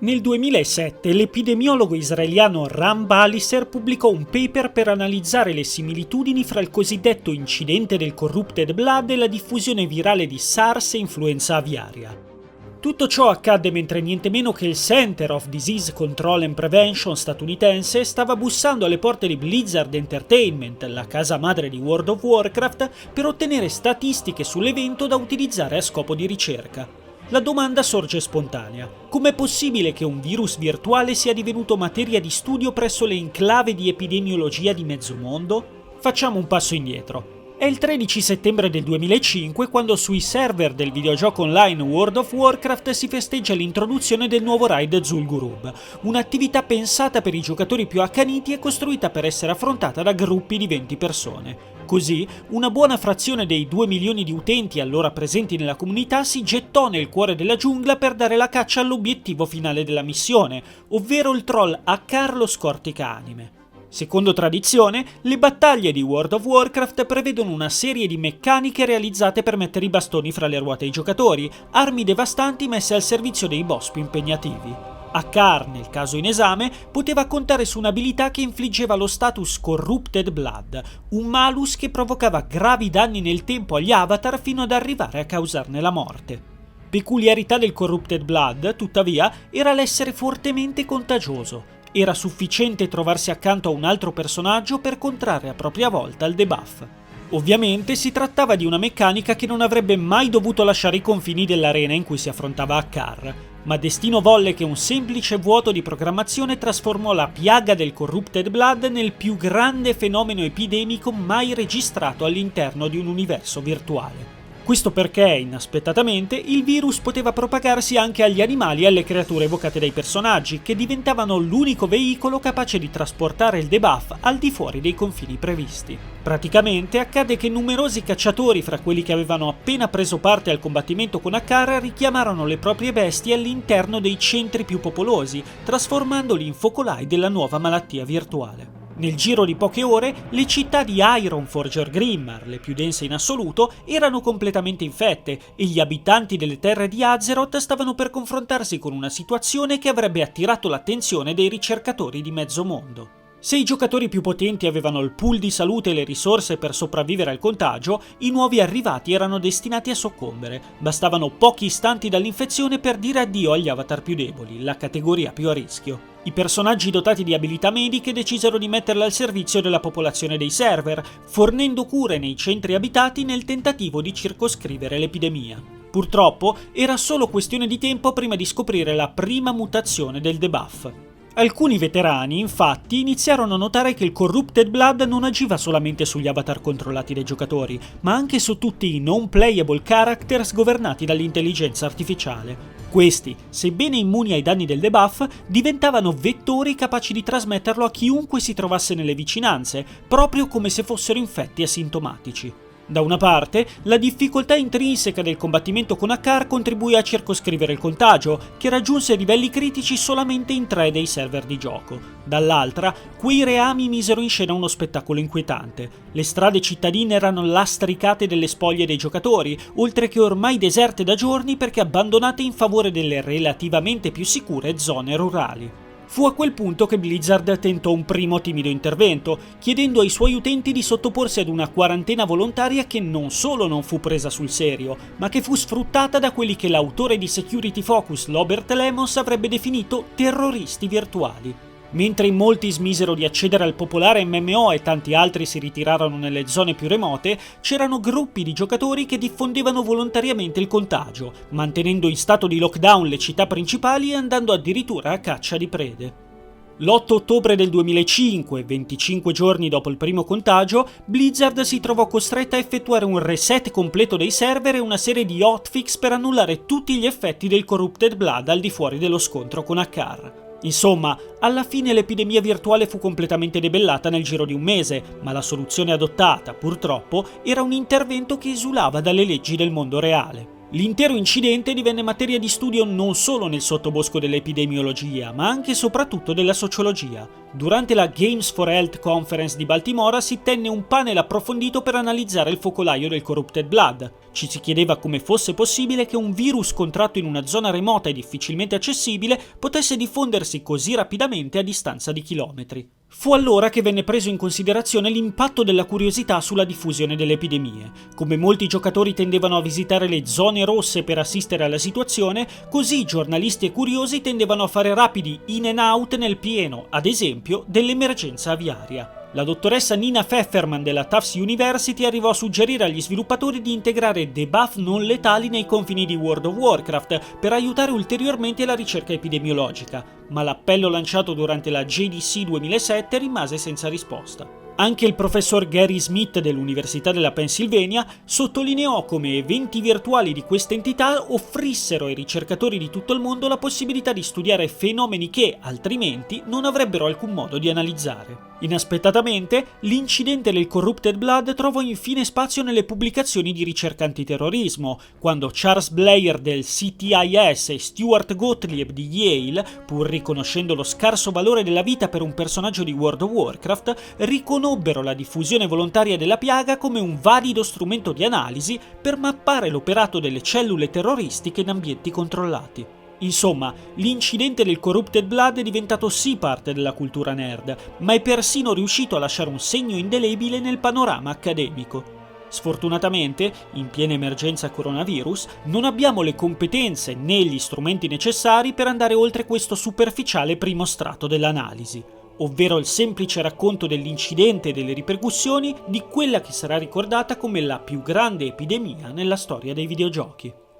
Nel 2007 l'epidemiologo israeliano Ram Baliser pubblicò un paper per analizzare le similitudini fra il cosiddetto incidente del corrupted blood e la diffusione virale di SARS e influenza aviaria. Tutto ciò accadde mentre niente meno che il Center of Disease Control and Prevention statunitense stava bussando alle porte di Blizzard Entertainment, la casa madre di World of Warcraft, per ottenere statistiche sull'evento da utilizzare a scopo di ricerca. La domanda sorge spontanea: com'è possibile che un virus virtuale sia divenuto materia di studio presso le enclave di epidemiologia di mezzo mondo? Facciamo un passo indietro. È il 13 settembre del 2005 quando sui server del videogioco online World of Warcraft si festeggia l'introduzione del nuovo raid Zul'Gurub, un'attività pensata per i giocatori più accaniti e costruita per essere affrontata da gruppi di 20 persone. Così, una buona frazione dei 2 milioni di utenti allora presenti nella comunità si gettò nel cuore della giungla per dare la caccia all'obiettivo finale della missione, ovvero il troll Akkar lo Scortica Anime. Secondo tradizione, le battaglie di World of Warcraft prevedono una serie di meccaniche realizzate per mettere i bastoni fra le ruote ai giocatori, armi devastanti messe al servizio dei boss più impegnativi. Akkar, nel caso in esame, poteva contare su un'abilità che infliggeva lo status Corrupted Blood, un malus che provocava gravi danni nel tempo agli avatar fino ad arrivare a causarne la morte. Peculiarità del Corrupted Blood, tuttavia, era l'essere fortemente contagioso. Era sufficiente trovarsi accanto a un altro personaggio per contrarre a propria volta il debuff. Ovviamente si trattava di una meccanica che non avrebbe mai dovuto lasciare i confini dell'arena in cui si affrontava Akkar, ma destino volle che un semplice vuoto di programmazione trasformò la piaga del Corrupted Blood nel più grande fenomeno epidemico mai registrato all'interno di un universo virtuale. Questo perché, inaspettatamente, il virus poteva propagarsi anche agli animali e alle creature evocate dai personaggi, che diventavano l'unico veicolo capace di trasportare il debuff al di fuori dei confini previsti. Praticamente accade che numerosi cacciatori, fra quelli che avevano appena preso parte al combattimento con Akkar, richiamarono le proprie bestie all'interno dei centri più popolosi, trasformandoli in focolai della nuova malattia virtuale. Nel giro di poche ore, le città di Ironforge e Orgrimmar, le più dense in assoluto, erano completamente infette e gli abitanti delle terre di Azeroth stavano per confrontarsi con una situazione che avrebbe attirato l'attenzione dei ricercatori di mezzo mondo. Se i giocatori più potenti avevano il pool di salute e le risorse per sopravvivere al contagio, i nuovi arrivati erano destinati a soccombere. Bastavano pochi istanti dall'infezione per dire addio agli avatar più deboli, la categoria più a rischio. I personaggi dotati di abilità mediche decisero di metterle al servizio della popolazione dei server, fornendo cure nei centri abitati nel tentativo di circoscrivere l'epidemia. Purtroppo era solo questione di tempo prima di scoprire la prima mutazione del debuff. Alcuni veterani, infatti, iniziarono a notare che il Corrupted Blood non agiva solamente sugli avatar controllati dai giocatori, ma anche su tutti i non-playable characters governati dall'intelligenza artificiale. Questi, sebbene immuni ai danni del debuff, diventavano vettori capaci di trasmetterlo a chiunque si trovasse nelle vicinanze, proprio come se fossero infetti asintomatici. Da una parte, la difficoltà intrinseca del combattimento con Akkar contribuì a circoscrivere il contagio, che raggiunse livelli critici solamente in 3 dei server di gioco. Dall'altra, quei reami misero in scena uno spettacolo inquietante. Le strade cittadine erano lastricate delle spoglie dei giocatori, oltre che ormai deserte da giorni perché abbandonate in favore delle relativamente più sicure zone rurali. Fu a quel punto che Blizzard tentò un primo timido intervento, chiedendo ai suoi utenti di sottoporsi ad una quarantena volontaria che non solo non fu presa sul serio, ma che fu sfruttata da quelli che l'autore di Security Focus, Robert Lemos, avrebbe definito terroristi virtuali. Mentre in molti smisero di accedere al popolare MMO e tanti altri si ritirarono nelle zone più remote, c'erano gruppi di giocatori che diffondevano volontariamente il contagio, mantenendo in stato di lockdown le città principali e andando addirittura a caccia di prede. L'8 ottobre del 2005, 25 giorni dopo il primo contagio, Blizzard si trovò costretta a effettuare un reset completo dei server e una serie di hotfix per annullare tutti gli effetti del Corrupted Blood al di fuori dello scontro con Akkar. Insomma, alla fine l'epidemia virtuale fu completamente debellata nel giro di un mese, ma la soluzione adottata, purtroppo, era un intervento che esulava dalle leggi del mondo reale. L'intero incidente divenne materia di studio non solo nel sottobosco dell'epidemiologia, ma anche e soprattutto della sociologia. Durante la Games for Health Conference di Baltimora si tenne un panel approfondito per analizzare il focolaio del Corrupted Blood. Ci si chiedeva come fosse possibile che un virus contratto in una zona remota e difficilmente accessibile potesse diffondersi così rapidamente a distanza di chilometri. Fu allora che venne preso in considerazione l'impatto della curiosità sulla diffusione delle epidemie. Come molti giocatori tendevano a visitare le zone rosse per assistere alla situazione, così giornalisti e curiosi tendevano a fare rapidi in and out nel pieno, ad esempio, dell'emergenza aviaria. La dottoressa Nina Pfefferman della Tufts University arrivò a suggerire agli sviluppatori di integrare debuff non letali nei confini di World of Warcraft per aiutare ulteriormente la ricerca epidemiologica, ma l'appello lanciato durante la JDC 2007 rimase senza risposta. Anche il professor Gary Smith dell'Università della Pennsylvania sottolineò come eventi virtuali di questa entità offrissero ai ricercatori di tutto il mondo la possibilità di studiare fenomeni che, altrimenti, non avrebbero alcun modo di analizzare. Inaspettatamente, l'incidente del Corrupted Blood trovò infine spazio nelle pubblicazioni di ricerca antiterrorismo, quando Charles Blair del CTIS e Stuart Gottlieb di Yale, pur riconoscendo lo scarso valore della vita per un personaggio di World of Warcraft, riconobbero la diffusione volontaria della piaga come un valido strumento di analisi per mappare l'operato delle cellule terroristiche in ambienti controllati. Insomma, l'incidente del Corrupted Blood è diventato sì parte della cultura nerd, ma è persino riuscito a lasciare un segno indelebile nel panorama accademico. Sfortunatamente, in piena emergenza coronavirus, non abbiamo le competenze né gli strumenti necessari per andare oltre questo superficiale primo strato dell'analisi, ovvero il semplice racconto dell'incidente e delle ripercussioni di quella che sarà ricordata come la più grande epidemia nella storia dei videogiochi.